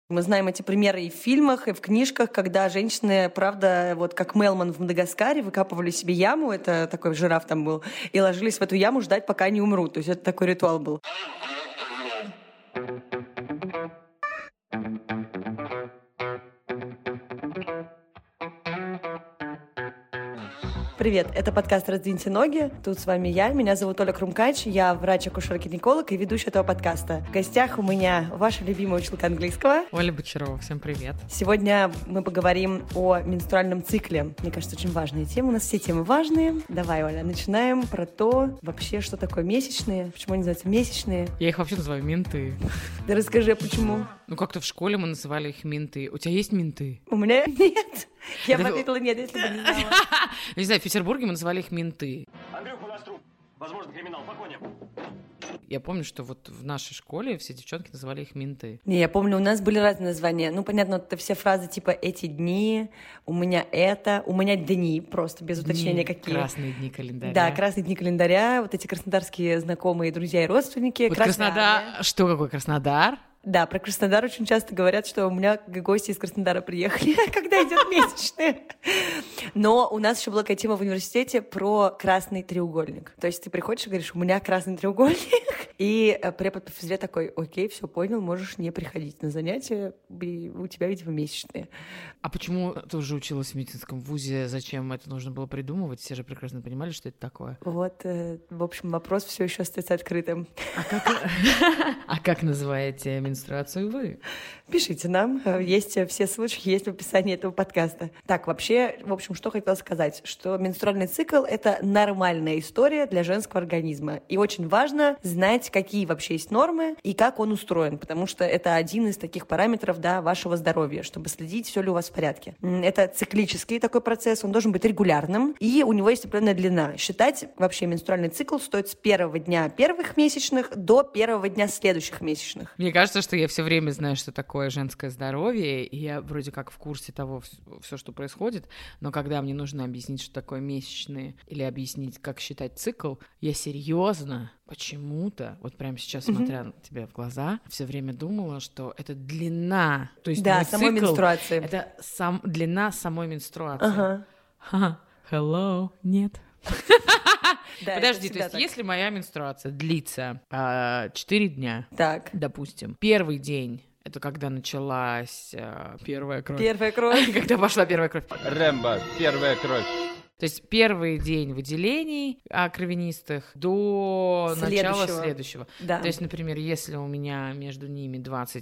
Мы знаем эти примеры и в фильмах, и в книжках, когда женщины, правда, вот как Мелман в Мадагаскаре, выкапывали себе яму, это такой жираф там был, и ложились в эту яму ждать, пока они умрут. То есть это такой ритуал был. Привет, это подкаст «Раздвиньте ноги». Тут с вами я, меня зовут Оля Крумкач, я врач-акушер-гинеколог и ведущая этого подкаста. В гостях у меня ваша любимая училка английского. Оля Бочарова, всем привет. Сегодня мы поговорим о менструальном цикле. Мне кажется, очень важная тема, у нас все темы важные. Давай, Оля, начинаем про то, вообще, что такое месячные, почему они называются месячные. Я их вообще называю менты. Да расскажи, почему? Ну, как-то в школе мы называли их менты. У тебя есть менты? У меня нет. Я бы ответила нет, если бы не знала. Не знаю, в Петербурге мы называли их менты. Андрюха, у нас труп. Возможно, криминал. По коням. Я помню, что вот в нашей школе все девчонки называли их менты. Не, я помню, у нас были разные названия. Ну, понятно, это все фразы типа «эти дни», «у меня это», «у меня дни», просто без уточнения какие. Красные дни календаря. Да, красные дни календаря, вот эти краснодарские знакомые, друзья и родственники. Вот Краснодар. Что какой Краснодар? Да, про Краснодар очень часто говорят, что у меня гости из Краснодара приехали, когда идет месячные. Но у нас еще была такая тема в университете про красный треугольник. То есть ты приходишь и говоришь, у меня красный треугольник, и препод по физре такой, окей, все понял, можешь не приходить на занятия, и у тебя, видимо, месячные. А почему ты уже училась в медицинском вузе? Зачем это нужно было придумывать? Все же прекрасно понимали, что это такое. Вот, в общем, вопрос все еще остается открытым. А как называете менструацию вы? Пишите нам, есть все случаи, есть в описании этого подкаста. Так, вообще, в общем, что хотела сказать, что менструальный цикл — это нормальная история для женского организма. И очень важно знать, какие вообще есть нормы и как он устроен, потому что это один из таких параметров, да, вашего здоровья, чтобы следить, все ли у вас в порядке. Это циклический такой процесс, он должен быть регулярным, и у него есть определенная длина. Считать вообще менструальный цикл стоит с первого дня первых месячных до первого дня следующих месячных. Мне кажется, что я все время знаю, что такое женское здоровье, и я вроде как в курсе того, все, что происходит, но когда мне нужно объяснить, что такое месячные, или объяснить, как считать цикл, я серьезно почему-то, вот прямо сейчас, смотря на тебя в глаза, все время думала, что это длина, то есть да, самой цикл, менструации. Это длина самой менструации. Ага. Hello, нет. Да, подожди, то есть так. Если моя менструация длится 4 дня, так, допустим, первый день — это когда началась первая кровь. Первая кровь. Когда пошла первая кровь. Рэмбо, первая кровь. То есть первый день выделений кровянистых до начала следующего. Да. То есть, например, если у меня между ними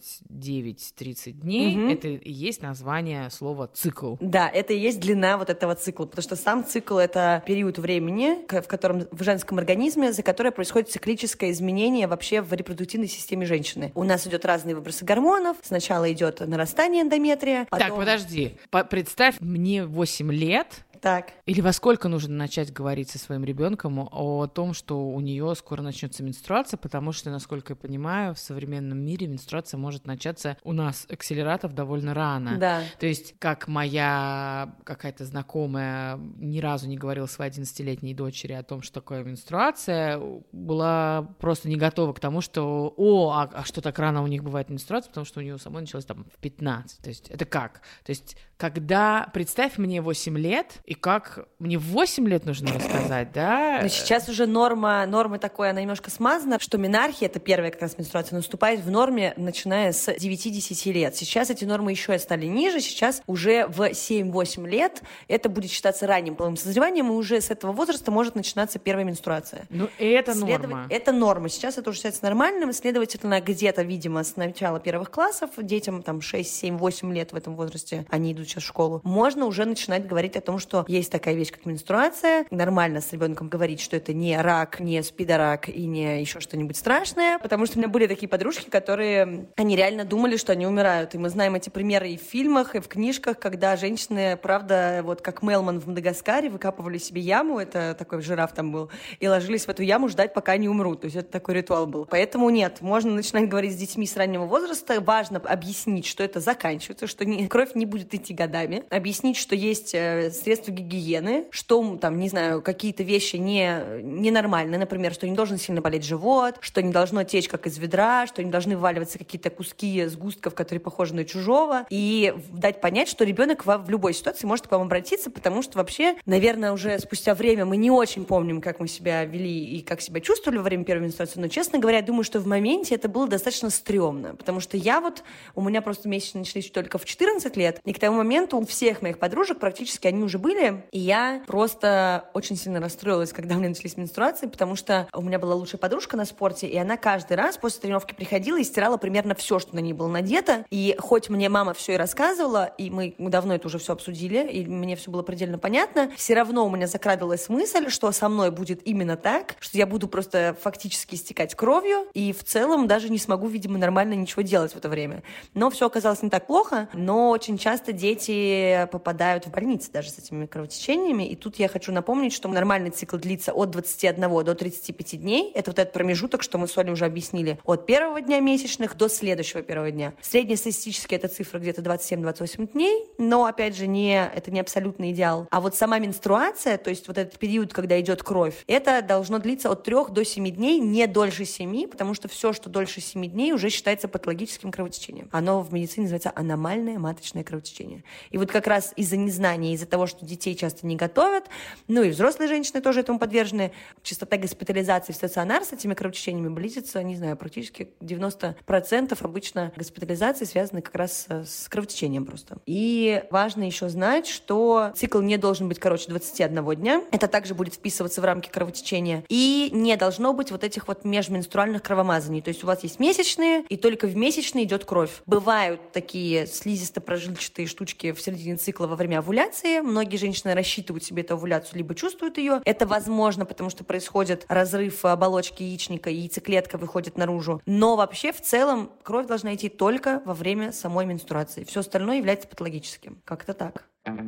29-30 дней, это и есть название слова «цикл». Да, это и есть длина вот этого цикла, потому что сам цикл — это период времени, в котором в женском организме, за которое происходит циклическое изменение вообще в репродуктивной системе женщины. У нас идет разные выбросы гормонов, сначала идет нарастание эндометрия, потом... Так, подожди, представь мне 8 лет... Так. Или во сколько нужно начать говорить со своим ребенком о том, что у нее скоро начнется менструация, потому что, насколько я понимаю, в современном мире менструация может начаться у нас, акселератов, довольно рано. Да. То есть, как моя какая-то знакомая ни разу не говорила своей 11-летней дочери о том, что такое менструация, была просто не готова к тому, что что так рано у них бывает менструация, потому что у нее самой началась там в 15. То есть, это как? То есть, когда, представь мне 8 лет, и как мне в 8 лет нужно рассказать, да? Но сейчас уже норма такой, она немножко смазана, что менархия, это первая как раз менструация, наступает в норме, начиная с 9-10 лет. Сейчас эти нормы еще стали ниже, сейчас уже в 7-8 лет это будет считаться ранним половым созреванием, и уже с этого возраста может начинаться первая менструация. Ну, это норма. Это норма. Сейчас это уже считается нормальным, следовательно, где-то, видимо, с начала первых классов, детям там 6, 7, 8 лет в этом возрасте, они идут сейчас в школу, можно уже начинать говорить о том, что есть такая вещь, как менструация. Нормально с ребенком говорить, что это не рак, не спидорак и не еще что-нибудь страшное, потому что у меня были такие подружки, которые, они реально думали, что они умирают. И мы знаем эти примеры и в фильмах, и в книжках, когда женщины, правда, вот как Мелман в Мадагаскаре, выкапывали себе яму, это такой жираф там был, и ложились в эту яму ждать, пока они умрут. То есть это такой ритуал был. Поэтому нет, можно начинать говорить с детьми с раннего возраста. Важно объяснить, что это заканчивается, что кровь не будет идти годами. Объяснить, что есть средства гигиены, что там, не знаю, какие-то вещи ненормальные, например, что не должен сильно болеть живот, что не должно течь как из ведра, что не должны вываливаться какие-то куски сгустков, которые похожи на чужого, и дать понять, что ребенок в любой ситуации может к вам обратиться, потому что вообще, наверное, уже спустя время мы не очень помним, как мы себя вели и как себя чувствовали во время первой менструации, но, честно говоря, я думаю, что в моменте это было достаточно стрёмно, потому что у меня просто месячные начались только в 14 лет, и к тому моменту у всех моих подружек практически они уже были, и я просто очень сильно расстроилась, когда у меня начались менструации, потому что у меня была лучшая подружка на спорте, и она каждый раз после тренировки приходила и стирала примерно все, что на ней было надето, и хоть мне мама все и рассказывала, и мы давно это уже все обсудили, и мне все было предельно понятно, все равно у меня закрадывалась мысль, что со мной будет именно так, что я буду просто фактически истекать кровью, и в целом даже не смогу, видимо, нормально ничего делать в это время. Но все оказалось не так плохо, но очень часто дети попадают в больницы даже с этими кровотечениями, и тут я хочу напомнить, что нормальный цикл длится от 21 до 35 дней, это вот этот промежуток, что мы с Олей уже объяснили, от первого дня месячных до следующего первого дня. Среднестатистически эта цифра где-то 27-28 дней, но, опять же, это не абсолютный идеал. А вот сама менструация, то есть вот этот период, когда идет кровь, это должно длиться от 3 до 7 дней, не дольше 7, потому что все, что дольше 7 дней, уже считается патологическим кровотечением. Оно в медицине называется аномальное маточное кровотечение. И вот как раз из-за незнания, из-за того, что детей часто не готовят, ну и взрослые женщины тоже этому подвержены, частота госпитализации в стационар с этими кровотечениями близится, не знаю, практически 90% обычно госпитализации связаны как раз с кровотечением просто. И важно еще знать, что цикл не должен быть короче 21 дня. Это также будет вписываться в рамки кровотечения. И не должно быть вот этих вот межменструальных кровомазаний. То есть у вас есть месячные, и только в месячные идет кровь. Бывают такие слизисто-прожилчатые штучки в середине цикла во время овуляции. Многие женщины рассчитывают себе эту овуляцию, либо чувствуют ее. Это возможно, потому что происходит разрыв оболочки яичника, и яйцеклетка выходит наружу. Но вообще в целом кровь должна идти только во время самой менструации. Все остальное является патологическим. Как-то так.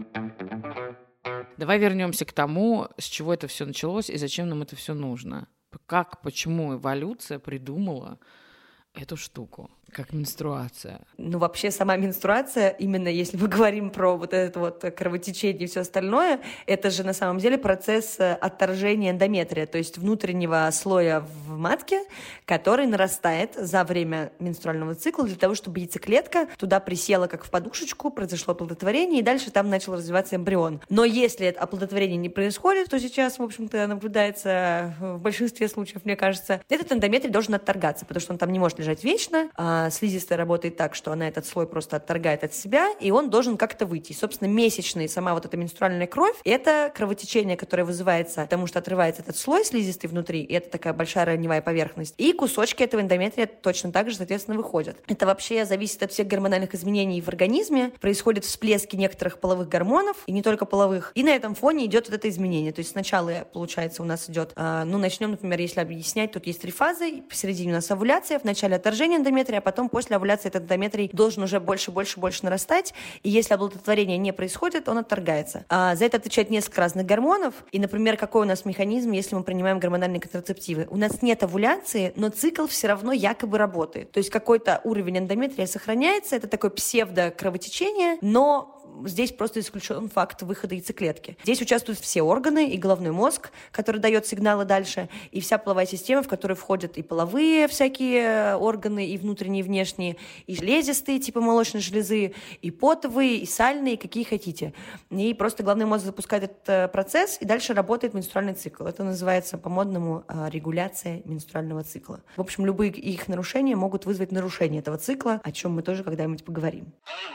Давай вернемся к тому, с чего это все началось и зачем нам это все нужно. Почему эволюция придумала эту штуку, как менструация? Ну, вообще, сама менструация, именно если мы говорим про вот это вот кровотечение и все остальное, это же на самом деле процесс отторжения эндометрия, то есть внутреннего слоя в матке, который нарастает за время менструального цикла для того, чтобы яйцеклетка туда присела как в подушечку, произошло оплодотворение, и дальше там начал развиваться эмбрион. Но если это оплодотворение не происходит, то сейчас, в общем-то, наблюдается в большинстве случаев, мне кажется, этот эндометрий должен отторгаться, потому что он там не может лежать вечно, слизистая работает так, что она этот слой просто отторгает от себя, и он должен как-то выйти. И, собственно, месячные, сама вот эта менструальная кровь, это кровотечение, которое вызывается, потому что отрывается этот слой слизистый внутри, и это такая большая раневая поверхность. И кусочки этого эндометрия точно так же, соответственно, выходят. Это вообще зависит от всех гормональных изменений в организме. Происходят всплески некоторых половых гормонов, и не только половых. И на этом фоне идет вот это изменение. То есть сначала, получается, у нас идет, начнем, например, если объяснять, тут есть 3 фазы. Посередине у нас овуляция, в начале отторжение эндометрия, а потом после овуляции этот эндометрий должен уже больше нарастать, и если оплодотворение не происходит, он отторгается. За это отвечает несколько разных гормонов, и, например, какой у нас механизм, если мы принимаем гормональные контрацептивы? У нас нет овуляции, но цикл все равно якобы работает. То есть какой-то уровень эндометрия сохраняется, это такое псевдокровотечение, но здесь просто исключен факт выхода яйцеклетки. Здесь участвуют все органы, и головной мозг, который дает сигналы дальше, и вся половая система, в которую входят и половые всякие органы, и внутренние, и внешние, и железистые, типа молочной железы, и потовые, и сальные, какие хотите. И просто головной мозг запускает этот процесс, и дальше работает менструальный цикл. Это называется по-модному регуляция менструального цикла. В общем, любые их нарушения могут вызвать нарушение этого цикла, о чем мы тоже когда-нибудь поговорим.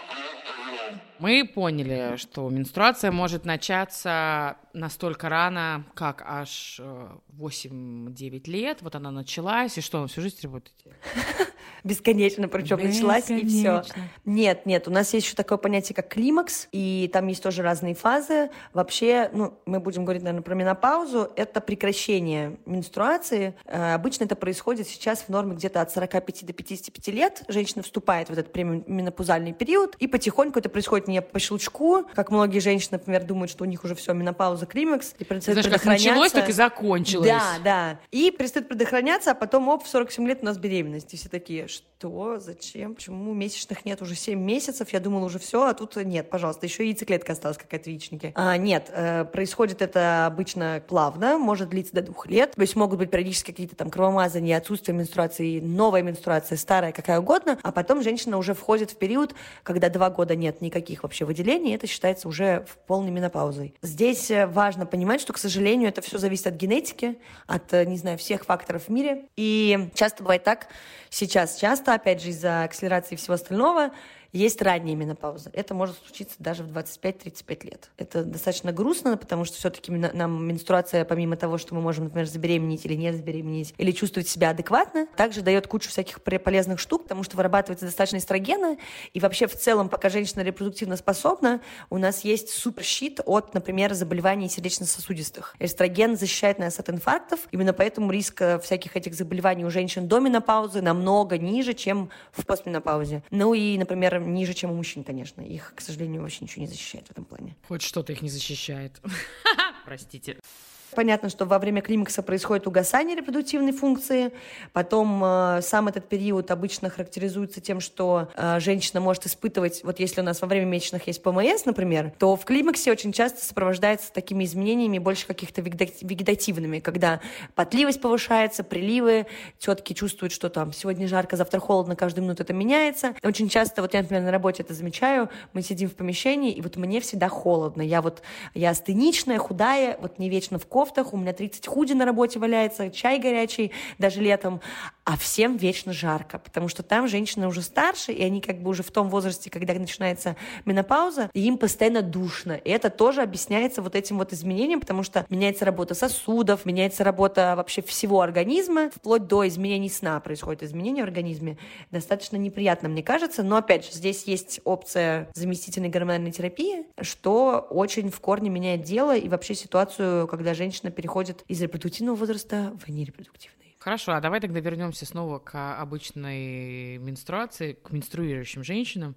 Мы поняли, что менструация может начаться настолько рано, как аж 8-9 лет. Вот она началась, и что, она всю жизнь работает? Бесконечно, причем началась, и все. Нет, у нас есть еще такое понятие, как климакс, и там есть тоже разные фазы. Вообще, мы будем говорить, наверное, про менопаузу. Это прекращение менструации. Обычно это происходит сейчас в норме где-то от 45 до 55 лет. Женщина вступает в этот пременопаузальный период, и потихоньку это происходит не по щелчку, как многие женщины, например, думают, что у них уже все, менопауза, климакс, и перестают предохраняться. Как началось, так и закончилось. Да. И перестают предохраняться, а потом, в 47 лет у нас беременность. И все такие, что, зачем, почему месячных нет уже 7 месяцев, я думала уже все, а тут нет, пожалуйста, еще яйцеклетка осталась какая-то в яичнике. Нет, происходит это обычно плавно, может длиться до 2 лет, то есть могут быть периодически какие-то там кровомазания, отсутствие менструации, новая менструация, старая, какая угодно, а потом женщина уже входит в период, когда 2 года нет никаких вообще выделений, это считается уже в полной менопаузой. Здесь важно понимать, что, к сожалению, это все зависит от генетики, от, не знаю, всех факторов в мире, и часто бывает так, сейчас часто, опять же, из-за акселерации и всего остального, есть ранняя менопауза. Это может случиться даже в 25-35 лет. Это достаточно грустно, потому что все-таки нам менструация, помимо того, что мы можем, например, забеременеть или не забеременеть, или чувствовать себя адекватно, также дает кучу всяких полезных штук, потому что вырабатывается достаточно эстрогена, и вообще в целом, пока женщина репродуктивно способна, у нас есть суперщит от, например, заболеваний сердечно-сосудистых. Эстроген защищает нас от инфарктов, именно поэтому риск всяких этих заболеваний у женщин до менопаузы намного ниже, чем в постменопаузе. Ну и, например, ниже, чем у мужчин, конечно. Их, к сожалению, вообще ничего не защищает в этом плане. Хоть что-то их не защищает. Простите. Понятно, что во время климакса происходит угасание репродуктивной функции. Потом сам этот период обычно характеризуется тем, что женщина может испытывать, вот если у нас во время месячных есть ПМС, например, то в климаксе очень часто сопровождается такими изменениями больше каких-то вегетативными, когда потливость повышается, приливы, тетки чувствуют, что там сегодня жарко, завтра холодно, каждую минуту это меняется. Очень часто, вот я, например, на работе это замечаю, мы сидим в помещении, и вот мне всегда холодно. Я астеничная, худая, вот не вечно в кофтах, у меня 30 худи на работе валяется, чай горячий, даже летом, а всем вечно жарко, потому что там женщины уже старше, и они как бы уже в том возрасте, когда начинается менопауза, и им постоянно душно. И это тоже объясняется вот этим вот изменением, потому что меняется работа сосудов, меняется работа вообще всего организма, вплоть до изменений сна происходят изменения в организме. Достаточно неприятно, мне кажется, но опять же, здесь есть опция заместительной гормональной терапии, что очень в корне меняет дело и вообще ситуацию, когда женщина переходит из репродуктивного возраста в нерепродуктивный. Хорошо, а давай тогда вернемся снова к обычной менструации, к менструирующим женщинам.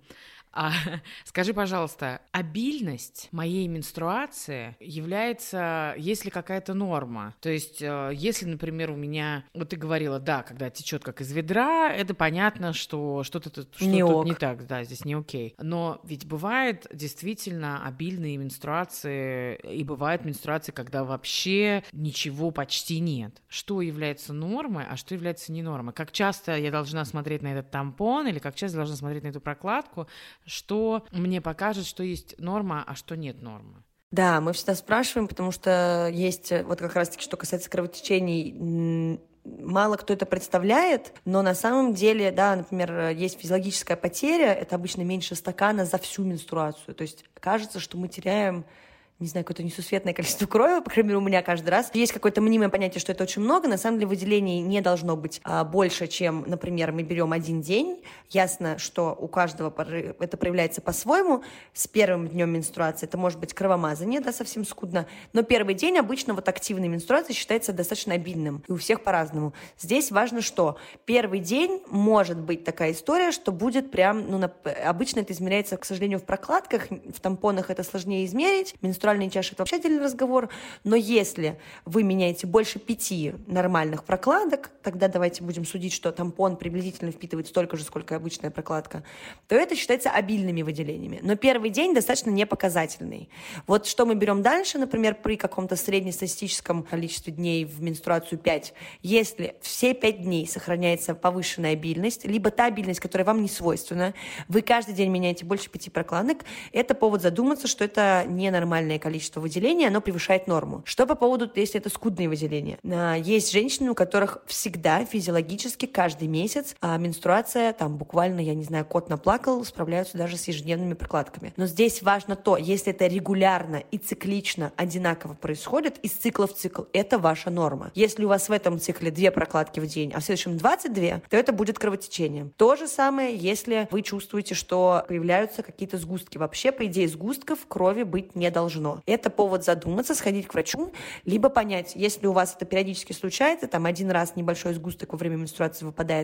Скажи, пожалуйста, обильность моей менструации является, есть ли какая-то норма? То есть, если, например, у меня, вот ты говорила, да, когда течет как из ведра, это понятно, что что-то тут не так, да, здесь не окей. Но ведь бывает действительно обильные менструации, и бывают менструации, когда вообще ничего почти нет. Что является нормой, а что является не нормой? Как часто я должна смотреть на этот тампон, или как часто я должна смотреть на эту прокладку, что мне покажет, что есть норма, а что нет нормы? Да, мы всегда спрашиваем, потому что есть, вот как раз-таки, что касается кровотечений, мало кто это представляет, но на самом деле, да, например, есть физиологическая потеря, это обычно меньше стакана за всю менструацию. То есть кажется, что мы теряем, не знаю, какое-то несусветное количество крови, по крайней мере, у меня каждый раз. Есть какое-то мнимое понятие, что это очень много. На самом деле выделений не должно быть больше, чем, например, мы берем 1 день. Ясно, что у каждого это проявляется по-своему. С первым днем менструации это может быть кровомазание, да, совсем скудно. Но первый день обычно вот активной менструации считается достаточно обильным. И у всех по-разному. Здесь важно, что первый день может быть такая история, что будет прям, обычно это измеряется, к сожалению, в прокладках, в тампонах это сложнее измерить. Менструальные чаши — это вообще отдельный разговор. Но если вы меняете больше 5 нормальных прокладок, тогда давайте будем судить, что тампон приблизительно впитывает столько же, сколько и обычная прокладка, то это считается обильными выделениями. Но первый день достаточно непоказательный. Вот что мы берем дальше, например, при каком-то среднестатистическом количестве дней в менструацию 5. Если все 5 дней сохраняется повышенная обильность, либо та обильность, которая вам не свойственна, вы каждый день меняете больше 5 прокладок, это повод задуматься, что это ненормальное количество выделений, оно превышает норму. Что по поводу, если это скудные выделения? Есть женщины, у которых всегда физиологически каждый месяц менструация, там буквально, я не знаю, кот наплакал, справляются даже с ежедневными прокладками. Но здесь важно то, если это регулярно и циклично одинаково происходит, из цикла в цикл, это ваша норма. Если у вас в этом цикле 2 прокладки в день, а в следующем 22, то это будет кровотечение. То же самое, если вы чувствуете, что появляются какие-то сгустки. Вообще, по идее, сгустков в крови быть не должно. Это повод задуматься, сходить к врачу, либо понять, если у вас это периодически случается, там 1 раз небольшой сгусток во время менструации выпадает там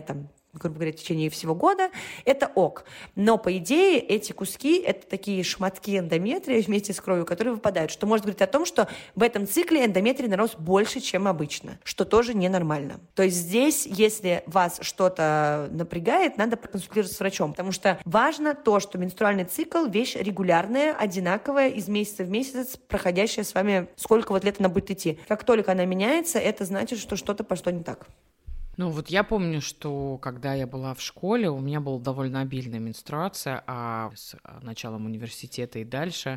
грубо говоря, в течение всего года, это ок. Но, по идее, эти куски — это такие шматки эндометрия вместе с кровью, которые выпадают, что может говорить о том, что в этом цикле эндометрий нарос больше, чем обычно, что тоже ненормально. То есть здесь, если вас что-то напрягает, надо проконсультироваться с врачом, потому что важно то, что менструальный цикл — вещь регулярная, одинаковая, из месяца в месяц, проходящая с вами, сколько вот лет она будет идти. Как только она меняется, это значит, что что-то пошло не так. Ну вот я помню, что когда я была в школе, у меня была довольно обильная менструация, а с началом университета и дальше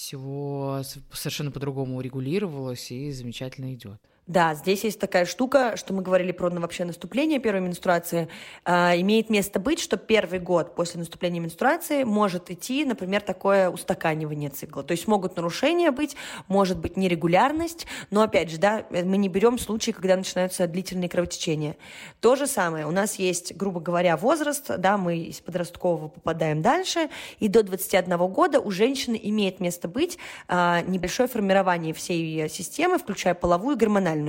всего совершенно по-другому урегулировалось и замечательно идет. Да, здесь есть такая штука, что мы говорили про вообще наступление первой менструации. Имеет место быть, что первый год после наступления менструации может идти, например, такое устаканивание цикла. То есть могут нарушения быть, может быть нерегулярность, но опять же, да, мы не берем случаи, когда начинаются длительные кровотечения. То же самое, у нас есть, грубо говоря, возраст, да, мы из подросткового попадаем дальше, и до 21 года у женщины имеет место быть небольшое формирование всей системы, включая половую и гормональную.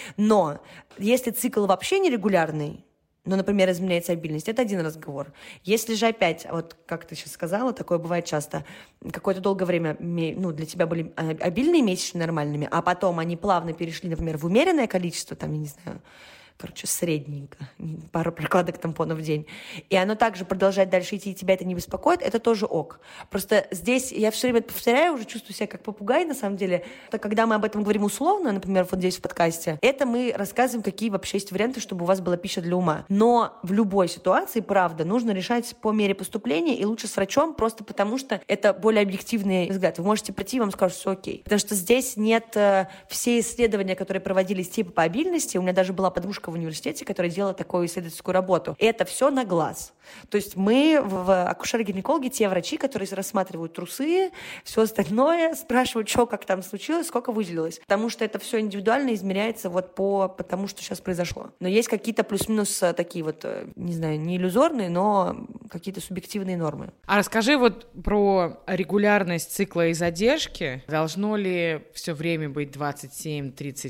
Но если цикл вообще нерегулярный, ну, например, изменяется обильность, это один разговор. Если же опять, вот как ты сейчас сказала, такое бывает часто, какое-то долгое время, ну, для тебя были обильные месячные нормальными, а потом они плавно перешли, например, в умеренное количество, там, я не знаю, средненько, пару прокладок тампонов в день, и оно также продолжает дальше идти, и тебя это не беспокоит, это тоже ок. Просто здесь я все время повторяю, уже чувствую себя как попугай, на самом деле. Когда мы об этом говорим условно, например, вот здесь в подкасте, это мы рассказываем, какие вообще есть варианты, чтобы у вас была пища для ума. Но в любой ситуации, правда, нужно решать по мере поступления, и лучше с врачом, просто потому что это более объективный взгляд. Вы можете прийти, вам скажут, все окей. Потому что здесь нет все исследования, которые проводились типа по обильности. У меня даже была подружка в университете, которая делала такую исследовательскую работу. Это все на глаз. То есть мы в акушеры-гинекологи, те врачи, которые рассматривают трусы, все остальное, спрашивают, что, как там случилось, сколько выделилось. Потому что это все индивидуально измеряется вот по тому, что сейчас произошло. Но есть какие-то плюс-минус такие вот, не знаю, не иллюзорные, но какие-то субъективные нормы. А расскажи вот про регулярность цикла и задержки. Должно ли все время быть 27,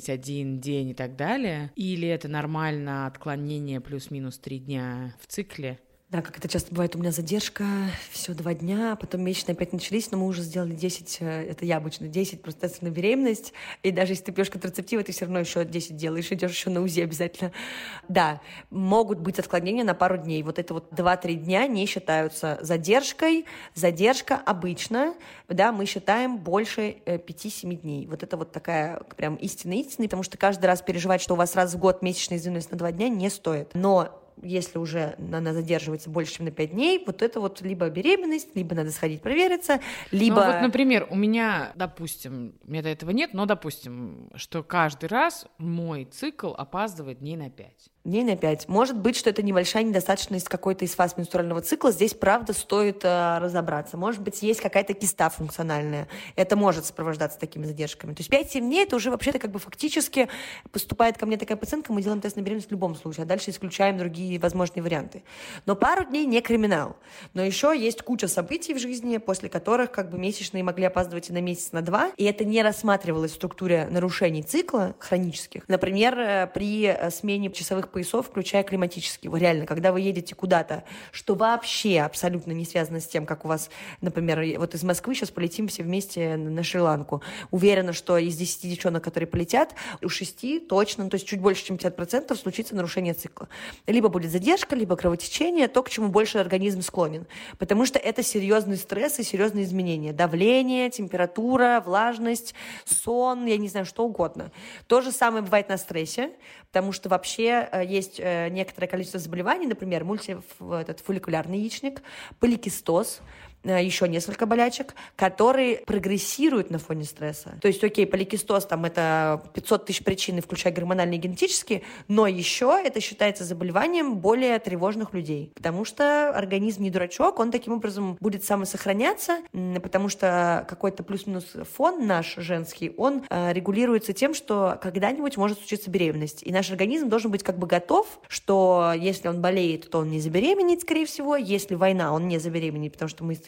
31 день и так далее? Или это нормально отклонение плюс-минус 3 дня в цикле? Да, как это часто бывает, у меня задержка, все 2 дня, потом месячные опять начались, но мы уже сделали 10, это я обычно, 10 просто тестов на беременность, и даже если ты пьешь контрацептивы, ты все равно еще 10 делаешь, идешь еще на УЗИ обязательно. Да, могут быть отклонения на пару дней, вот это вот 2-3 дня не считаются задержкой, задержка обычно, да, мы считаем больше 5-7 дней, вот это вот такая прям истина, потому что каждый раз переживать, что у вас раз в год месячная изменилась на 2 дня, не стоит, но если уже она задерживается больше, чем на 5 дней, вот это вот либо беременность, либо надо сходить провериться, либо... Ну вот, например, у меня, допустим, у меня до этого нет, но, допустим, что каждый раз мой цикл опаздывает дней на 5. Дней на 5. Может быть, что это небольшая недостаточность какой-то из фаз менструального цикла. Здесь, правда, стоит разобраться. Может быть, есть какая-то киста функциональная. Это может сопровождаться такими задержками. То есть 5-7 дней это уже вообще-то как бы фактически поступает ко мне такая пациентка, мы делаем тест на беременность в любом случае, а дальше исключаем другие возможные варианты. Но пару дней не криминал. Но еще есть куча событий в жизни, после которых как бы месячные могли опаздывать и на месяц, на 2, и это не рассматривалось в структуре нарушений цикла хронических. Например, при смене часовых поясов, включая климатические. Реально, когда вы едете куда-то, что вообще абсолютно не связано с тем, как у вас, например, вот из Москвы сейчас полетим все вместе на Шри-Ланку. Уверена, что из 10 девчонок, которые полетят, у 6 точно, то есть чуть больше, чем 50% случится нарушение цикла. Либо будет задержка, либо кровотечение, то, к чему больше организм склонен. Потому что это серьезный стресс и серьезные изменения. Давление, температура, влажность, сон, я не знаю, что угодно. То же самое бывает на стрессе, потому что вообще есть некоторое количество заболеваний, например, фолликулярный яичник, поликистоз, еще несколько болячек, которые прогрессируют на фоне стресса. То есть, окей, поликистоз, там это 500 тысяч причин, включая гормональные и генетические, но еще это считается заболеванием более тревожных людей, потому что организм не дурачок, он таким образом будет самосохраняться, потому что какой-то плюс-минус фон наш женский, он регулируется тем, что когда-нибудь может случиться беременность, и наш организм должен быть как бы готов, что если он болеет, то он не забеременеет, скорее всего, если война, он не забеременеет, потому что мы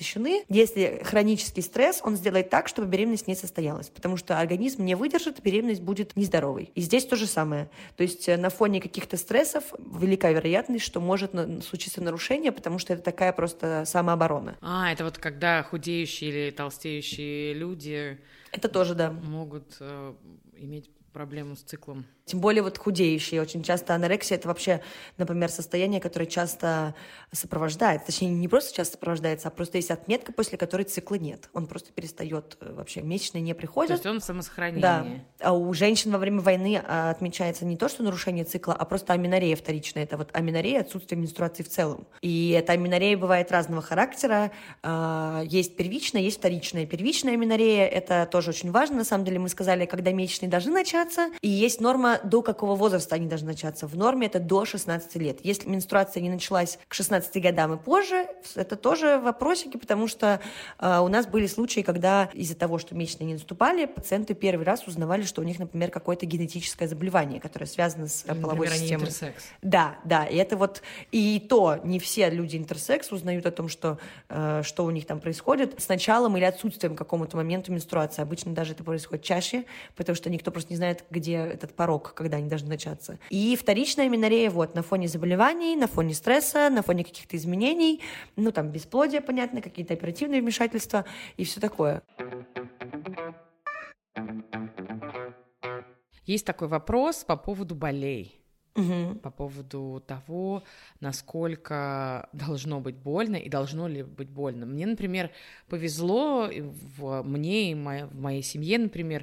защищены. Если хронический стресс, он сделает так, чтобы беременность не состоялась, потому что организм не выдержит, беременность будет нездоровой. И здесь то же самое. То есть на фоне каких-то стрессов велика вероятность, что может случиться нарушение, потому что это такая просто самооборона. Это вот когда худеющие или толстеющие люди... Это тоже, да. Могут иметь проблему с циклом. Тем более вот худеющие. Очень часто анорексия — это вообще, например, состояние, которое часто сопровождается. Точнее, не просто часто сопровождается, а просто есть отметка, после которой цикла нет. Он просто перестает вообще, месячные не приходят. То есть он в самосохранении. Да. А у женщин во время войны отмечается не то, что нарушение цикла, а просто аменорея вторичная. Это вот аменорея — отсутствие менструации в целом. И эта аменорея бывает разного характера. Есть первичная, есть вторичная. Первичная аменорея — это тоже очень важно. На самом деле мы сказали, когда месячные должны начаться, и есть норма, до какого возраста они должны начаться. В норме это до 16 лет. Если менструация не началась к 16 годам и позже, это тоже вопросики, потому что у нас были случаи, когда из-за того, что месячные не наступали, пациенты первый раз узнавали, что у них, например, какое-то генетическое заболевание, которое связано с половой системой. Интерсекс. Да, и это вот... И то не все люди интерсекс узнают о том, что у них там происходит с началом или отсутствием какому-то моменту менструации. Обычно даже это происходит чаще, потому что никто просто не знает, где этот порог, когда они должны начаться. И вторичная аменорея на фоне заболеваний, на фоне стресса, на фоне каких-то изменений, там бесплодие, понятно, какие-то оперативные вмешательства и все такое. Есть такой вопрос по поводу болей. Угу. По поводу того, насколько должно быть больно и должно ли быть больно. Мне, например, повезло, мне и в моей семье, например,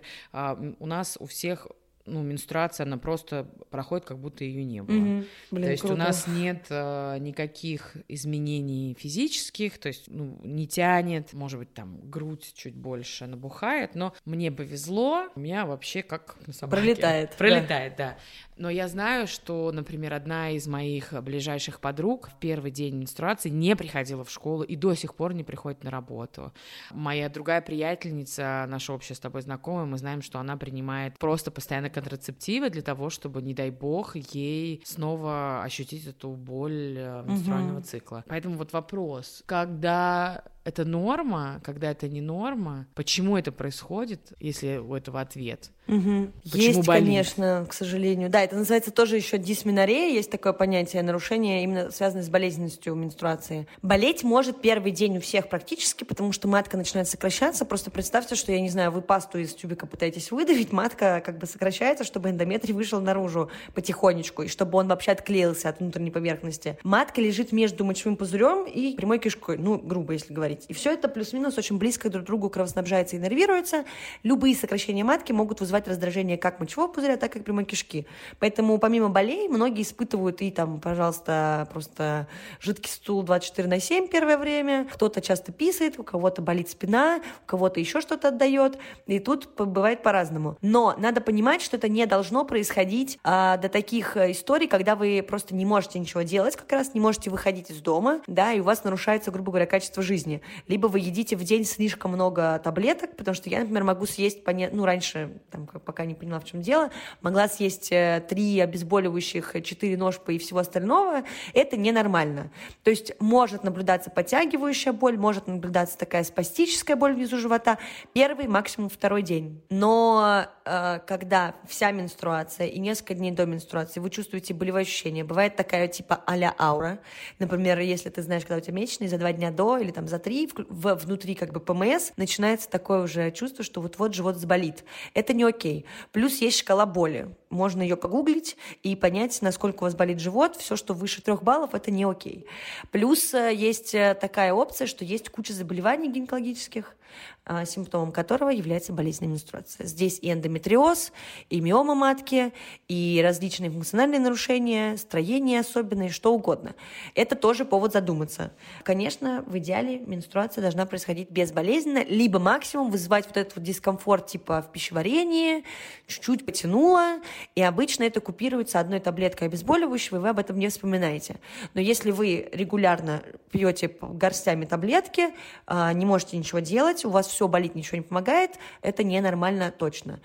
у нас у всех менструация, она просто проходит, как будто ее не было. Блин, то есть круто. У нас нет никаких изменений физических, то есть не тянет, может быть, там грудь чуть больше набухает, но мне повезло, у меня вообще как на собаке. Пролетает, да. Но я знаю, что, например, одна из моих ближайших подруг в первый день менструации не приходила в школу и до сих пор не приходит на работу. Моя другая приятельница, наша общая с тобой знакомая, мы знаем, что она принимает просто постоянно контрацептивы для того, чтобы, не дай бог, ей снова ощутить эту боль менструального цикла. Поэтому вот вопрос, когда это норма, когда это не норма, почему это происходит, если у этого ответ? Почему есть, болит? Конечно, к сожалению. Да, это называется тоже еще дисменорея, есть такое понятие нарушения, именно связанное с болезненностью менструации. Болеть может первый день у всех практически, потому что матка начинает сокращаться. Просто представьте, что, я не знаю, вы пасту из тюбика пытаетесь выдавить, матка как бы сокращается, чтобы эндометрий вышел наружу потихонечку, и чтобы он вообще отклеился от внутренней поверхности. Матка лежит между мочевым пузырем и прямой кишкой, грубо если говорить. И все это плюс-минус очень близко друг к другу кровоснабжается и нервируется. Любые сокращения матки могут вызывать раздражение как мочевого пузыря, так и прямой кишки. Поэтому помимо болей многие испытывают и пожалуйста, просто жидкий стул 24/7 первое время. Кто-то часто писает, у кого-то болит спина, у кого-то еще что-то отдает. И тут бывает по-разному. Но надо понимать, что это не должно происходить до таких историй, когда вы просто не можете ничего делать, как раз не можете выходить из дома, да, и у вас нарушается, грубо говоря, качество жизни. Либо вы едите в день слишком много таблеток, потому что я, например, могу съесть, раньше, пока не поняла, в чем дело, могла съесть 3 обезболивающих, 4 ножпы и всего остального. Это ненормально. То есть может наблюдаться подтягивающая боль, может наблюдаться такая спастическая боль внизу живота первый, максимум второй день. Но когда вся менструация и несколько дней до менструации вы чувствуете болевые ощущения, бывает такая типа а-ля аура. Например, если ты знаешь, когда у тебя месячные, за 2 дня до или за 3 внутри как бы ПМС начинается такое уже чувство, что вот-вот живот заболит. Это не окей. Плюс есть шкала боли. Можно ее погуглить и понять, насколько у вас болит живот. Все, что выше 3 баллов, это не окей. Плюс есть такая опция, что есть куча заболеваний гинекологических, симптомом которого является болезненная менструация. Здесь и эндометриоз, и миома матки, и различные функциональные нарушения, строение особенное, что угодно. Это тоже повод задуматься. Конечно, в идеале менструация должна происходить безболезненно, либо максимум вызывать вот этот вот дискомфорт типа в пищеварении, чуть-чуть потянуло, и обычно это купируется одной таблеткой обезболивающего, и вы об этом не вспоминаете. Но если вы регулярно пьете горстями таблетки, не можете ничего делать, у вас все болит, ничего не помогает, это ненормально точно.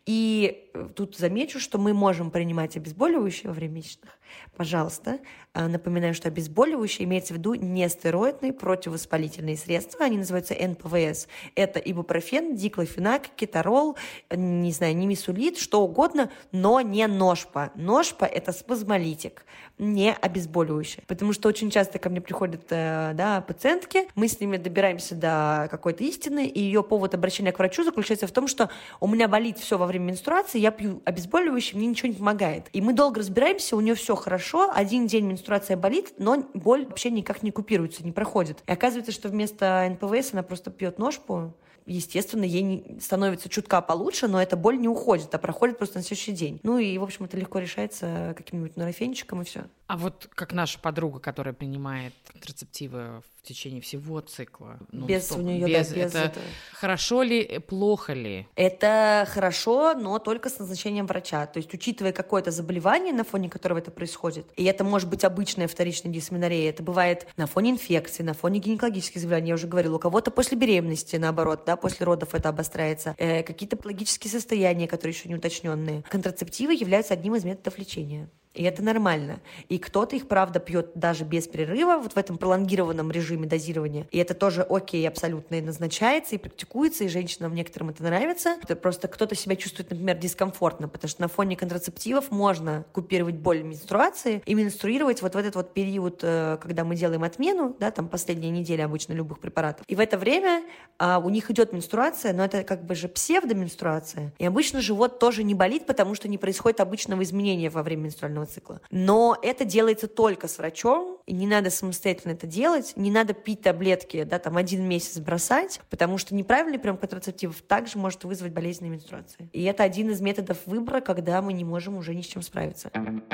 И тут замечу, что мы можем принимать обезболивающие во время месячных. Пожалуйста, напоминаю, что обезболивающие имеется в виду нестероидные противовоспалительные лекарственные средства, они называются НПВС. Это ибупрофен, диклофенак, кетарол, не знаю, нимесулит, что угодно, но не ношпа. Ношпа – это спазмолитик, не обезболивающее. Потому что очень часто ко мне приходят пациентки, мы с ними добираемся до какой-то истины, и ее повод обращения к врачу заключается в том, что у меня болит все во время менструации, я пью обезболивающее, мне ничего не помогает. И мы долго разбираемся, у нее все хорошо, один день менструация болит, но боль вообще никак не купируется, не проходит. И оказывается, что вместо НПВС она просто пьет ношпу. Естественно, ей становится чутка получше, но эта боль не уходит, а проходит просто на следующий день. Ну и, в общем, это легко решается каким-нибудь нурофенчиком, и все. А вот как наша подруга, которая принимает контрацептивы в течение всего цикла. Без у нее, без это хорошо ли, плохо ли? Это хорошо, но только с назначением врача. То есть, учитывая какое-то заболевание, на фоне которого это происходит, и это может быть обычная вторичная дисменорея, это бывает на фоне инфекции, на фоне гинекологических заболеваний, я уже говорила, у кого-то после беременности, наоборот, да, после родов это обостряется, какие-то патологические состояния, которые еще не уточненные. Контрацептивы являются одним из методов лечения. И это нормально. И кто-то их, правда, пьет даже без перерыва, вот в этом пролонгированном режиме дозирования. И это тоже окей, абсолютно и назначается, и практикуется, и женщинам некоторым это нравится. Это просто кто-то себя чувствует, например, дискомфортно, потому что на фоне контрацептивов можно купировать боль менструации и менструировать вот в этот вот период, когда мы делаем отмену, да, там последняя неделя обычно любых препаратов. И в это время у них идет менструация, но это как бы же псевдоменструация. И обычно живот тоже не болит, потому что не происходит обычного изменения во время менструального цикла. Но это делается только с врачом, и не надо самостоятельно это делать, не надо пить таблетки, да, там 1 месяц бросать, потому что неправильный прием контрацептивов также может вызвать болезненные менструации. И это один из методов выбора, когда мы не можем уже ни с чем справиться.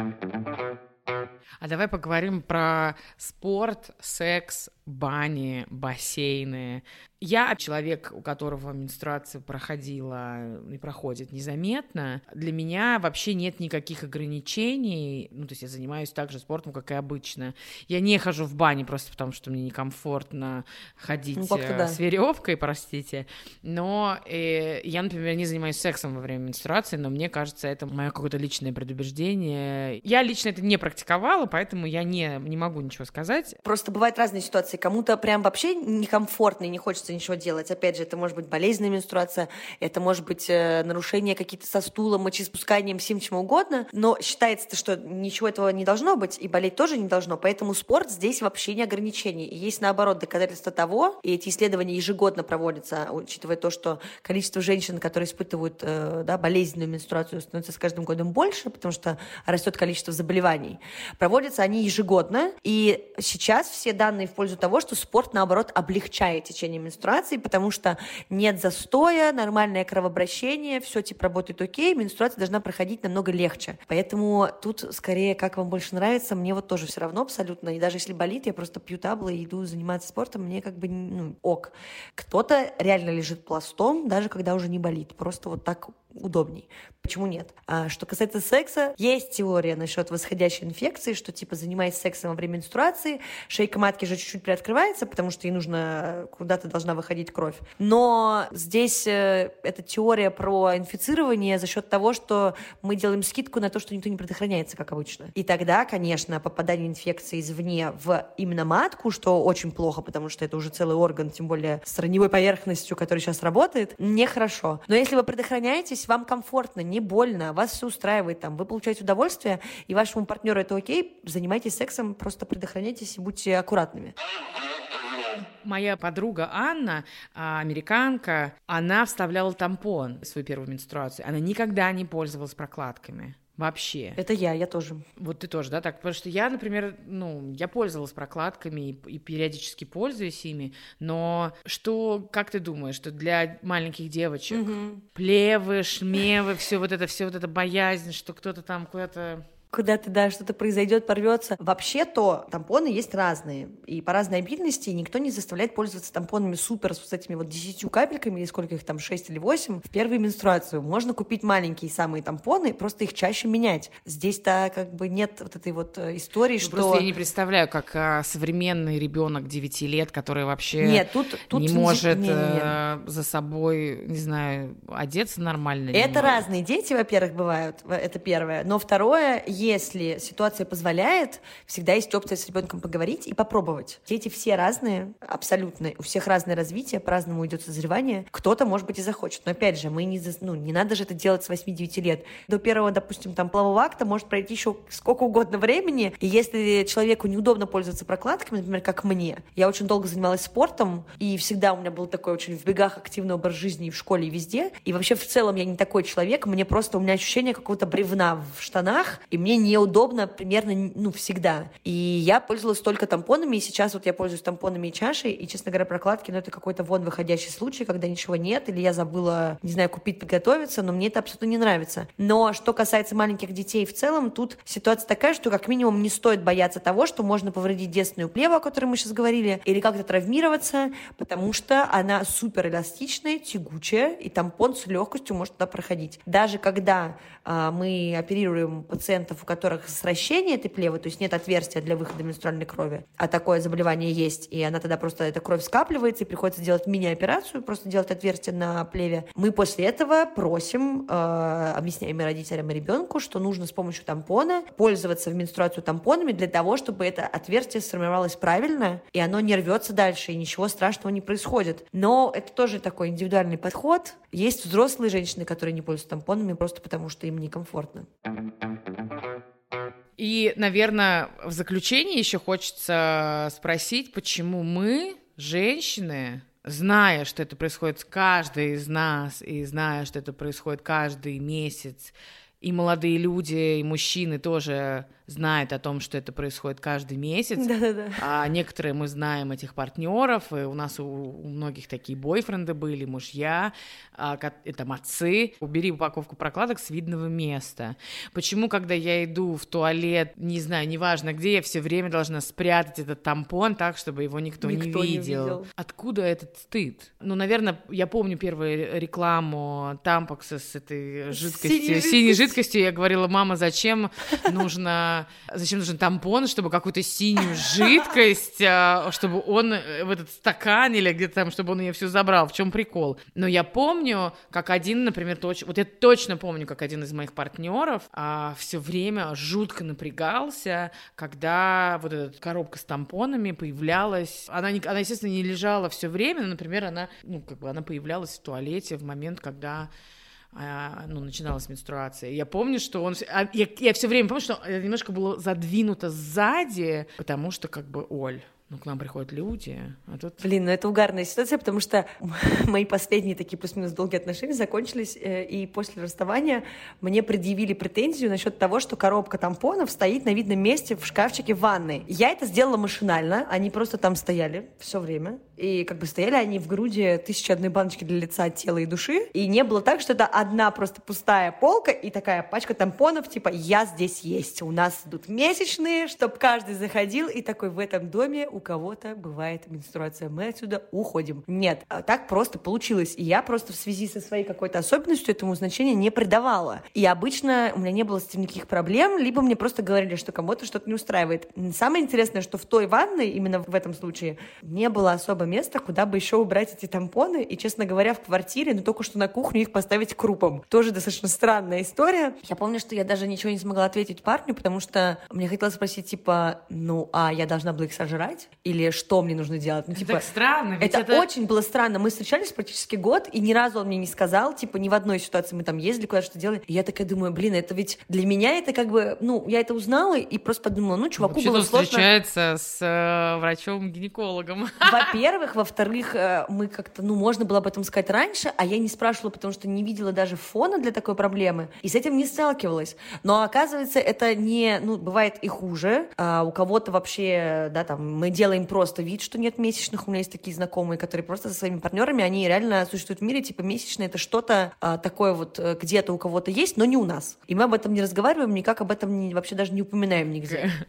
А давай поговорим про спорт, секс, бани, бассейны. Я человек, у которого менструация проходила и проходит незаметно. Для меня вообще нет никаких ограничений. Ну, то есть я занимаюсь так же спортом, как и обычно. Я не хожу в бане просто потому, что мне некомфортно ходить с веревкой, простите. Но я, например, не занимаюсь сексом во время менструации, но мне кажется, это мое какое-то личное предубеждение. Я лично это не практиковала, поэтому я не могу ничего сказать. Просто бывают разные ситуации. Кому-то прям вообще некомфортно и не хочется ничего делать. Опять же, это может быть болезненная менструация, это может быть нарушения какие-то со стулом, мочеиспусканием, всем чем угодно, но считается, что ничего этого не должно быть, и болеть тоже не должно, поэтому спорт здесь вообще не ограничение. И есть, наоборот, доказательства того, и эти исследования ежегодно проводятся, учитывая то, что количество женщин, которые испытывают болезненную менструацию, становится с каждым годом больше, потому что растет количество заболеваний. Проводятся они ежегодно, и сейчас все данные в пользу того, что спорт, наоборот, облегчает течение менструации, потому что нет застоя, нормальное кровообращение, все типа работает окей, менструация должна проходить намного легче. Поэтому тут скорее, как вам больше нравится, мне вот тоже все равно абсолютно. И даже если болит, я просто пью табло и иду заниматься спортом, мне как бы ок. Кто-то реально лежит пластом, даже когда уже не болит. Просто вот так удобней. Почему нет? А что касается секса, есть теория насчет восходящей инфекции, что типа занимаясь сексом во время менструации, шейка матки же чуть-чуть приоткрывается, потому что ей нужно, куда-то должна выходить кровь. Но здесь эта теория про инфицирование за счет того, что мы делаем скидку на то, что никто не предохраняется, как обычно. И тогда, конечно, попадание инфекции извне в именно матку, что очень плохо, потому что это уже целый орган, тем более с раневой поверхностью, который сейчас работает, нехорошо. Но если вы предохраняетесь, вам комфортно, не больно, вас все устраивает, там, вы получаете удовольствие, и вашему партнеру это окей, занимайтесь сексом, просто предохраняйтесь и будьте аккуратными. Моя подруга Анна, американка, она вставляла тампон в свою первую менструацию. Она никогда не пользовалась прокладками. Вообще. Это я тоже. Вот ты тоже, да, так? Потому что я, например, я пользовалась прокладками и периодически пользуюсь ими, но как ты думаешь, что для маленьких девочек плевы, шмевы, все вот это боязнь, что кто-то там куда-то... Куда-то, что-то произойдет, порвется. Вообще-то тампоны есть разные. И по разной обильности никто не заставляет пользоваться тампонами супер с этими вот 10 капельками, или сколько их там, 6 или 8, в первую менструацию. Можно купить маленькие самые тампоны, просто их чаще менять. Здесь-то как бы нет вот этой вот истории, что... Просто я не представляю, как современный ребенок 9 лет, который вообще тут не может за собой, не знаю, одеться нормально. Это разные дети, во-первых, бывают, это первое. Но второе, если ситуация позволяет, всегда есть опция с ребенком поговорить и попробовать. Дети все разные, абсолютно. У всех разное развитие, по-разному идет созревание. Кто-то, может быть, и захочет. Но опять же, не надо же это делать с 8-9 лет. До первого, допустим, там полового акта может пройти еще сколько угодно времени. И если человеку неудобно пользоваться прокладками, например, как мне, я очень долго занималась спортом, и всегда у меня был такой очень в бегах активный образ жизни и в школе, и везде. И вообще в целом я не такой человек, у меня ощущение какого-то бревна в штанах, и мне неудобно примерно, всегда. И я пользовалась только тампонами, и сейчас вот я пользуюсь тампонами и чашей, и, честно говоря, прокладки, это какой-то вон выходящий случай, когда ничего нет, или я забыла, не знаю, купить, подготовиться, но мне это абсолютно не нравится. Но что касается маленьких детей в целом, тут ситуация такая, что как минимум не стоит бояться того, что можно повредить девственную плеву, о которой мы сейчас говорили, или как-то травмироваться, потому что она супер эластичная, тягучая, и тампон с легкостью может туда проходить. Даже когда мы оперируем пациентов, у которых сращение этой плевы, то есть нет отверстия для выхода менструальной крови, а такое заболевание есть, и она тогда просто, эта кровь скапливается, и приходится делать мини-операцию, просто делать отверстие на плеве. Мы после этого просим, объясняем и родителям, и ребенку, что нужно с помощью тампона пользоваться в менструацию тампонами для того, чтобы это отверстие сформировалось правильно, и оно не рвется дальше, и ничего страшного не происходит. Но это тоже такой индивидуальный подход. Есть взрослые женщины, которые не пользуются тампонами просто потому, что им некомфортно. И, наверное, в заключение еще хочется спросить, почему мы, женщины, зная, что это происходит с каждой из нас, и зная, что это происходит каждый месяц, и молодые люди, и мужчины тоже знают о том, что это происходит каждый месяц. Да-да-да. А некоторые мы знаем этих партнеров, и у нас у многих такие бойфренды были, мужья, там отцы. Убери упаковку прокладок с видного места. Почему, когда я иду в туалет, не знаю, неважно где, я все время должна спрятать этот тампон так, чтобы его никто не видел? Откуда этот стыд? Наверное, я помню первую рекламу тампокса с этой жидкостью, синей жидкостью. Я говорила: мама, зачем нужен тампон, чтобы какую-то синюю жидкость, чтобы он в этот стакан или где-то там, чтобы он ее всю забрал. В чем прикол? Но я помню, как один, например, я точно помню, как один из моих партнеров все время жутко напрягался, когда вот эта коробка с тампонами появлялась. Она, естественно, не лежала все время, но, например, она появлялась в туалете в момент, когда начиналась менструация. Я помню, что я все время помню, что немножко было задвинуто сзади, потому что Оль, к нам приходят люди, а тут... Это угарная ситуация, потому что мои последние такие плюс-минус долгие отношения закончились, и после расставания мне предъявили претензию насчет того, что коробка тампонов стоит на видном месте в шкафчике в ванной. Я это сделала машинально, они просто там стояли все время, и стояли они в груди 1001 баночки для лица, тела и души, и не было так, что это одна просто пустая полка и такая пачка тампонов, типа «я здесь есть, у нас идут месячные», чтобы каждый заходил и такой: в этом доме у кого-то бывает менструация, мы отсюда уходим. Нет, так просто получилось. И я просто в связи со своей какой-то особенностью этому значения не придавала. И обычно у меня не было с этим никаких проблем, либо мне просто говорили, что кому-то что-то не устраивает. Самое интересное, что в той ванной, именно в этом случае, не было особо места, куда бы еще убрать эти тампоны. И, честно говоря, в квартире, только что на кухню их поставить крупом. Тоже достаточно странная история. Я помню, что я даже ничего не смогла ответить парню, потому что мне хотелось спросить, я должна была их сожрать? Или что мне нужно делать? Так странно. Это очень было странно. Мы встречались практически год, и ни разу он мне не сказал, ни в одной ситуации мы там ездили, куда что делали. И я такая думаю, это ведь для меня это я это узнала и просто подумала, чуваку было сложно. Вообще-то встречается с врачом-гинекологом. Во-первых. Во-вторых, мы как-то, можно было об этом сказать раньше, а я не спрашивала, потому что не видела даже фона для такой проблемы, и с этим не сталкивалась. Но оказывается, это не, бывает и хуже. У кого-то вообще, мы делаем просто вид, что нет месячных. У меня есть такие знакомые, которые просто со своими партнерами, они реально существуют в мире, месячные — это что-то такое где-то у кого-то есть, но не у нас. И мы об этом не разговариваем, никак об этом вообще даже не упоминаем нигде.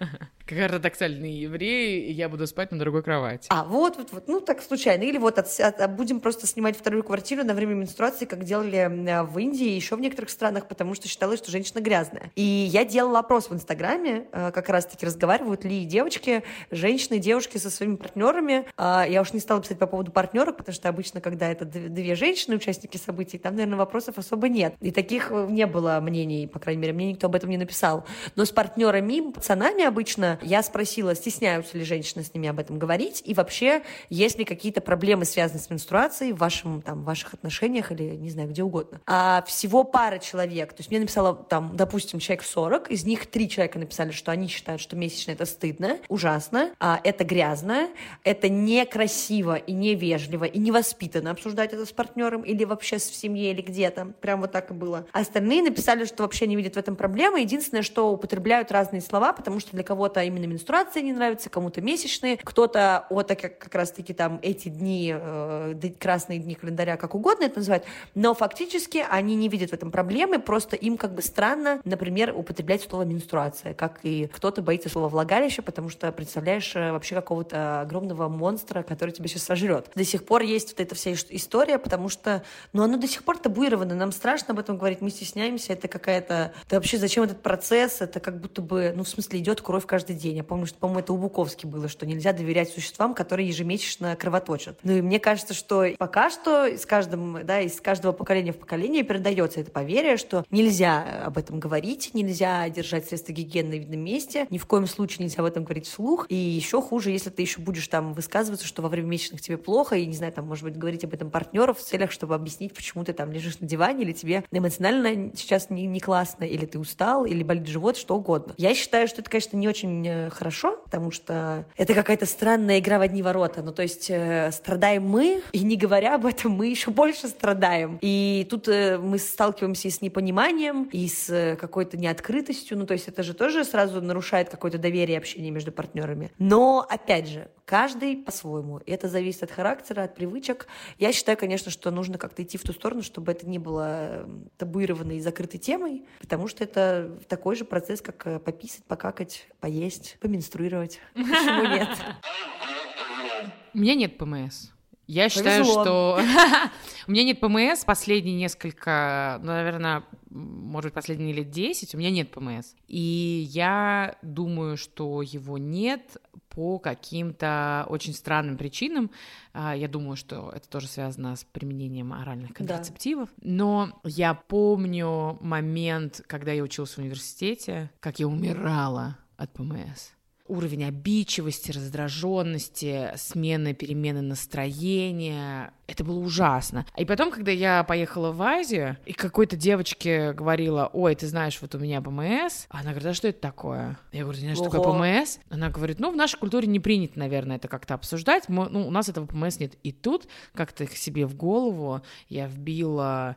Как ортодоксальный еврей, я буду спать на другой кровати. Вот, ну так случайно. Или вот будем просто снимать вторую квартиру на время менструации, как делали в Индии и еще в некоторых странах, потому что считалось, что женщина грязная. И я делала опрос в Инстаграме, как раз-таки разговаривают ли девочки, женщины, девушки со своими партнерами. Я уж не стала писать по поводу партнерок, потому что обычно, когда это две женщины, участники событий, там, наверное, вопросов особо нет. И таких не было мнений, по крайней мере, мне никто об этом не написал. Но с партнерами, пацанами обычно я спросила, стесняются ли женщины с ними об этом говорить, и вообще, есть ли какие-то проблемы, связанные с менструацией в ваших отношениях или, не знаю, где угодно. Всего пара человек, то есть мне написала, там, допустим, человек 40, из них 3 человека написали, что они считают, что месячные — это стыдно, ужасно, это грязно, это некрасиво и невежливо, и невоспитанно обсуждать это с партнером или вообще в семье или где-то. Прям вот так и было. Остальные написали, что вообще не видят в этом проблемы. Единственное, что употребляют разные слова, потому что для кого-то именно менструация не нравится, кому-то месячные, кто-то как раз-таки там эти дни, красные дни календаря, как угодно это называют, но фактически они не видят в этом проблемы, просто им как бы странно, например, употреблять слово менструация, как и кто-то боится слова влагалище, потому что представляешь вообще какого-то огромного монстра, который тебя сейчас сожрет. До сих пор есть вот эта вся история, потому что, оно до сих пор табуировано, нам страшно об этом говорить, мы стесняемся, это какая-то... Да вообще зачем этот процесс? Это как будто бы, в смысле, идет кровь каждый день. Я помню, что, по-моему, это у Буковски было, что нельзя доверять существам, которые ежемесячно кровоточат. И мне кажется, что пока что из каждого поколения в поколение передается это поверье, что нельзя об этом говорить, нельзя держать средства гигиены на видном месте, ни в коем случае нельзя об этом говорить вслух. И еще хуже, если ты еще будешь там высказываться, что во время месячных тебе плохо, и, не знаю, там, может быть, говорить об этом партнеру в целях, чтобы объяснить, почему ты там лежишь на диване, или тебе эмоционально сейчас не классно, или ты устал, или болит живот, что угодно. Я считаю, что это, конечно, не очень хорошо, потому что это какая-то странная игра в одни ворота. То есть страдаем мы, и не говоря об этом, мы еще больше страдаем. И тут мы сталкиваемся и с непониманием, и с какой-то неоткрытостью. То есть это же тоже сразу нарушает какое-то доверие и общение между партнерами. Но, опять же, каждый по-своему. Это зависит от характера, от привычек. Я считаю, конечно, что нужно как-то идти в ту сторону, чтобы это не было табуированной и закрытой темой, потому что это такой же процесс, как пописать, покакать, поесть, поменструировать. Почему нет? У меня нет ПМС. Я считаю, что... У меня нет ПМС последние несколько, наверное, может быть, последние лет 10, у меня нет ПМС. И я думаю, что его нет по каким-то очень странным причинам. Я думаю, что это тоже связано с применением оральных контрацептивов. Да. Но я помню момент, когда я училась в университете, как я умирала от ПМС. Уровень обидчивости, раздраженности, перемены настроения. Это было ужасно. И потом, когда я поехала в Азию, и какой-то девочке говорила: ой, ты знаешь, вот у меня ПМС. Она говорит: а что это такое? Я говорю: ты знаешь, что такое ПМС? Она говорит: в нашей культуре не принято, наверное, это как-то обсуждать. У нас этого ПМС нет. И тут как-то себе в голову я вбила,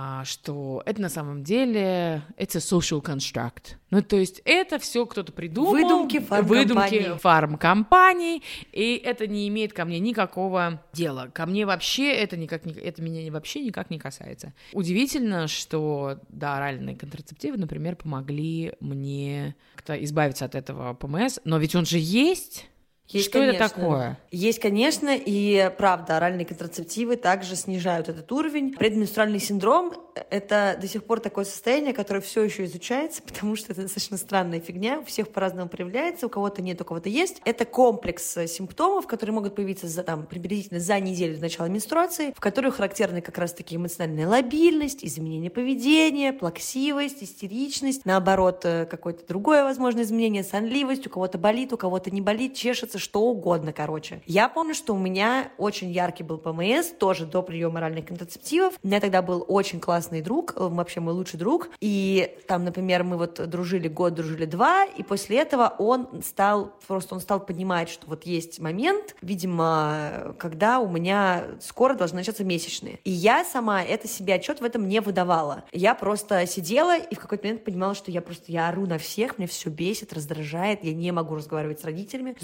что это на самом деле it's a social construct. То есть это все кто-то придумал. Выдумки фармкомпаний, и это не имеет ко мне никакого дела. Ко мне вообще это меня вообще никак не касается. Удивительно, что оральные контрацептивы, например, помогли мне как-то избавиться от этого ПМС, но ведь он же есть. Что конечно. Это такое? Есть, конечно, и правда, оральные контрацептивы также снижают этот уровень. Предменструальный синдром — это до сих пор такое состояние, которое все еще изучается, потому что это достаточно странная фигня, у всех по-разному проявляется, у кого-то нет, у кого-то есть. Это комплекс симптомов, которые могут появиться приблизительно за неделю до начала менструации, в которых характерны как раз-таки эмоциональная лобильность, изменение поведения, плаксивость, истеричность, наоборот, какое-то другое возможное изменение, сонливость, у кого-то болит, у кого-то не болит, чешется, что угодно, короче. Я помню, что у меня очень яркий был ПМС, тоже до приема оральных контрацептивов. У меня тогда был очень классный друг, вообще мой лучший друг, и там, например, мы дружили год, дружили 2, и после этого он стал понимать, что вот есть момент, видимо, когда у меня скоро должны начаться месячные. И я сама себе отчет в этом не выдавала. Я просто сидела и в какой-то момент понимала, что я ору на всех, меня все бесит, раздражает, я не могу разговаривать с родителями, с друзьями,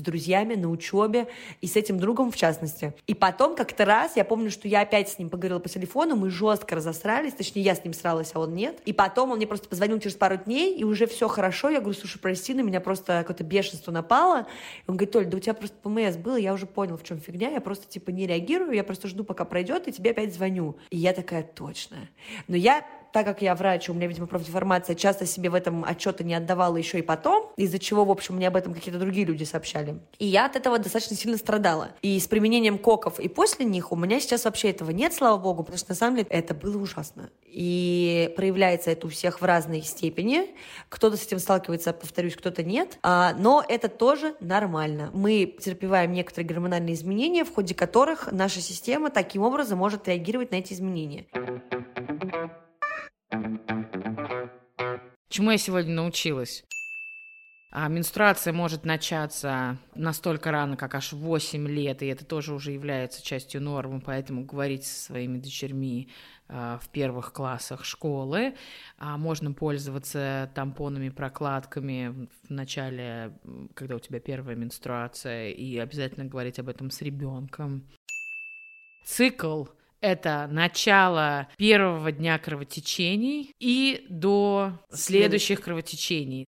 друзьями на учебе, и с этим другом в частности. И потом как-то раз, я помню, что я опять с ним поговорила по телефону, мы жестко разосрались, точнее, я с ним сралась, а он нет. И потом он мне просто позвонил через пару дней, и уже все хорошо. Я говорю, слушай, прости, на меня просто какое-то бешенство напало. И он говорит, Оль, да у тебя просто ПМС было, я уже понял, в чем фигня, я просто типа не реагирую, я просто жду, пока пройдет, и тебе опять звоню. И я такая, точно. Но я, так как я врач, у меня, видимо, профдеформация, часто себе в этом отчета не отдавала еще и потом, из-за чего, в общем, мне об этом какие-то другие люди сообщали. И я от этого достаточно сильно страдала. И с применением коков и после них у меня сейчас вообще этого нет, слава богу, потому что, на самом деле, это было ужасно. И проявляется это у всех в разной степени. Кто-то с этим сталкивается, повторюсь, кто-то нет. Но это тоже нормально. Мы претерпеваем некоторые гормональные изменения, в ходе которых наша система таким образом может реагировать на эти изменения. Чему я сегодня научилась? Менструация может начаться настолько рано, как аж 8 лет, и это тоже уже является частью нормы, поэтому говорить со своими дочерьми в первых классах школы. Можно пользоваться тампонами, прокладками в начале, когда у тебя первая менструация, и обязательно говорить об этом с ребенком. Цикл — это начало первого дня кровотечений и до следующих кровотечений.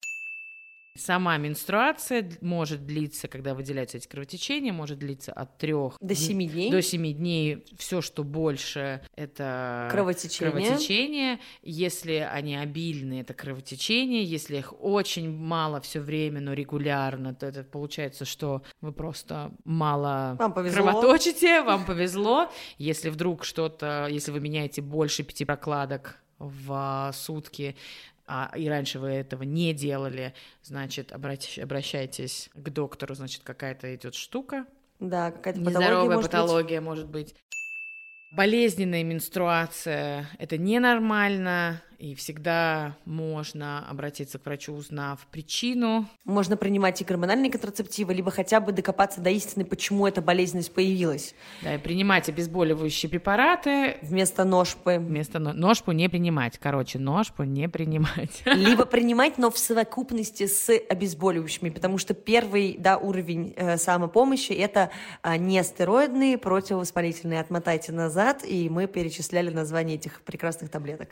Сама менструация может длиться, когда выделяются эти кровотечения, может длиться от 3 до 7 дней. До 7 дней. Все, что больше, это кровотечение. Если они обильны, это кровотечение. Если их очень мало все время, но регулярно, то это получается, что вы просто мало кровоточите, вам повезло. Если вдруг если вы меняете больше 5 прокладок в сутки, и раньше вы этого не делали, значит, обращайтесь к доктору, значит, какая-то идет штука. Да, какая-то нездоровая патология может быть. Болезненная менструация – это ненормально, и всегда можно обратиться к врачу, узнав причину. Можно принимать и гормональные контрацептивы, либо хотя бы докопаться до истины, почему эта болезненность появилась. Да, и принимать обезболивающие препараты. Вместо ношпы. Ношпу не принимать. Ношпу не принимать. Либо принимать, но в совокупности с обезболивающими, потому что первый уровень самопомощи – это нестероидные противовоспалительные. Отмотайте назад, и мы перечисляли название этих прекрасных таблеток.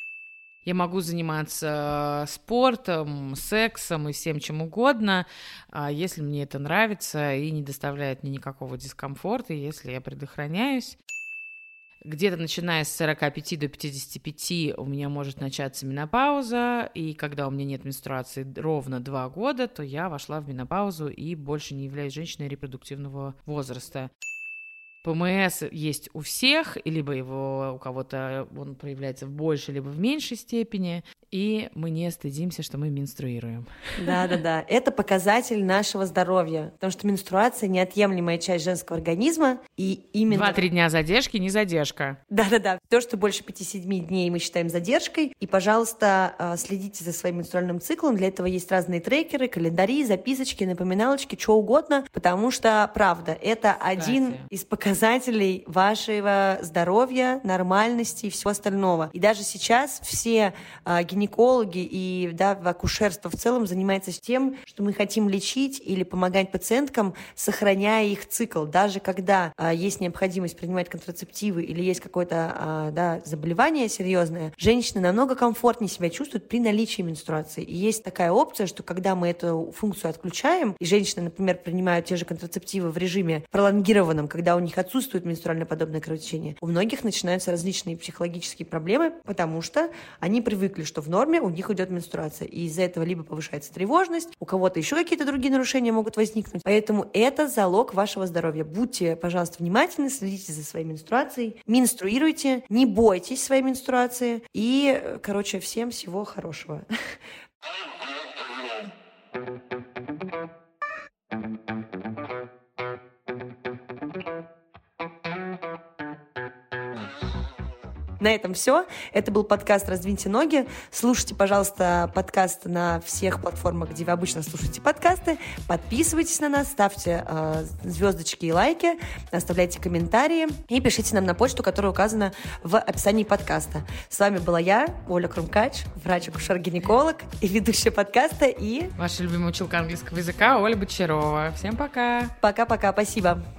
Я могу заниматься спортом, сексом и всем чем угодно, если мне это нравится и не доставляет мне никакого дискомфорта, если я предохраняюсь. Где-то начиная с 45 до 55 у меня может начаться менопауза, и когда у меня нет менструации ровно 2 года, то я вошла в менопаузу и больше не являюсь женщиной репродуктивного возраста. ПМС есть у всех, либо у кого-то он проявляется в большей, либо в меньшей степени, и мы не стыдимся, что мы менструируем. Да-да-да, это показатель нашего здоровья, потому что менструация — неотъемлемая часть женского организма, и именно... 2-3 дня задержки не задержка. Да-да-да, то, что больше 5-7 дней мы считаем задержкой, и, пожалуйста, следите за своим менструальным циклом, для этого есть разные трекеры, календари, записочки, напоминалочки, что угодно, потому что, правда, это один из показателей вашего здоровья, нормальности и всего остального. И даже сейчас все гинекологи и акушерство в целом занимается тем, что мы хотим лечить или помогать пациенткам, сохраняя их цикл. Даже когда есть необходимость принимать контрацептивы или есть какое-то заболевание серьезное, женщины намного комфортнее себя чувствуют при наличии менструации. И есть такая опция, что когда мы эту функцию отключаем, и женщины, например, принимают те же контрацептивы в режиме пролонгированном, когда у них отсутствует менструально-подобное кровотечение, у многих начинаются различные психологические проблемы, потому что они привыкли, что в норме у них идет менструация. И из-за этого либо повышается тревожность, у кого-то еще какие-то другие нарушения могут возникнуть. Поэтому это залог вашего здоровья. Будьте, пожалуйста, внимательны, следите за своей менструацией, менструируйте, не бойтесь своей менструации. И, всем всего хорошего. На этом все. Это был подкаст «Раздвиньте ноги». Слушайте, пожалуйста, подкаст на всех платформах, где вы обычно слушаете подкасты. Подписывайтесь на нас, ставьте звездочки и лайки, оставляйте комментарии и пишите нам на почту, которая указана в описании подкаста. С вами была я, Оля Крумкач, врач-акушер-гинеколог и ведущая подкаста, и... Ваша любимая училка английского языка Оля Бочарова. Всем пока! Пока-пока, спасибо!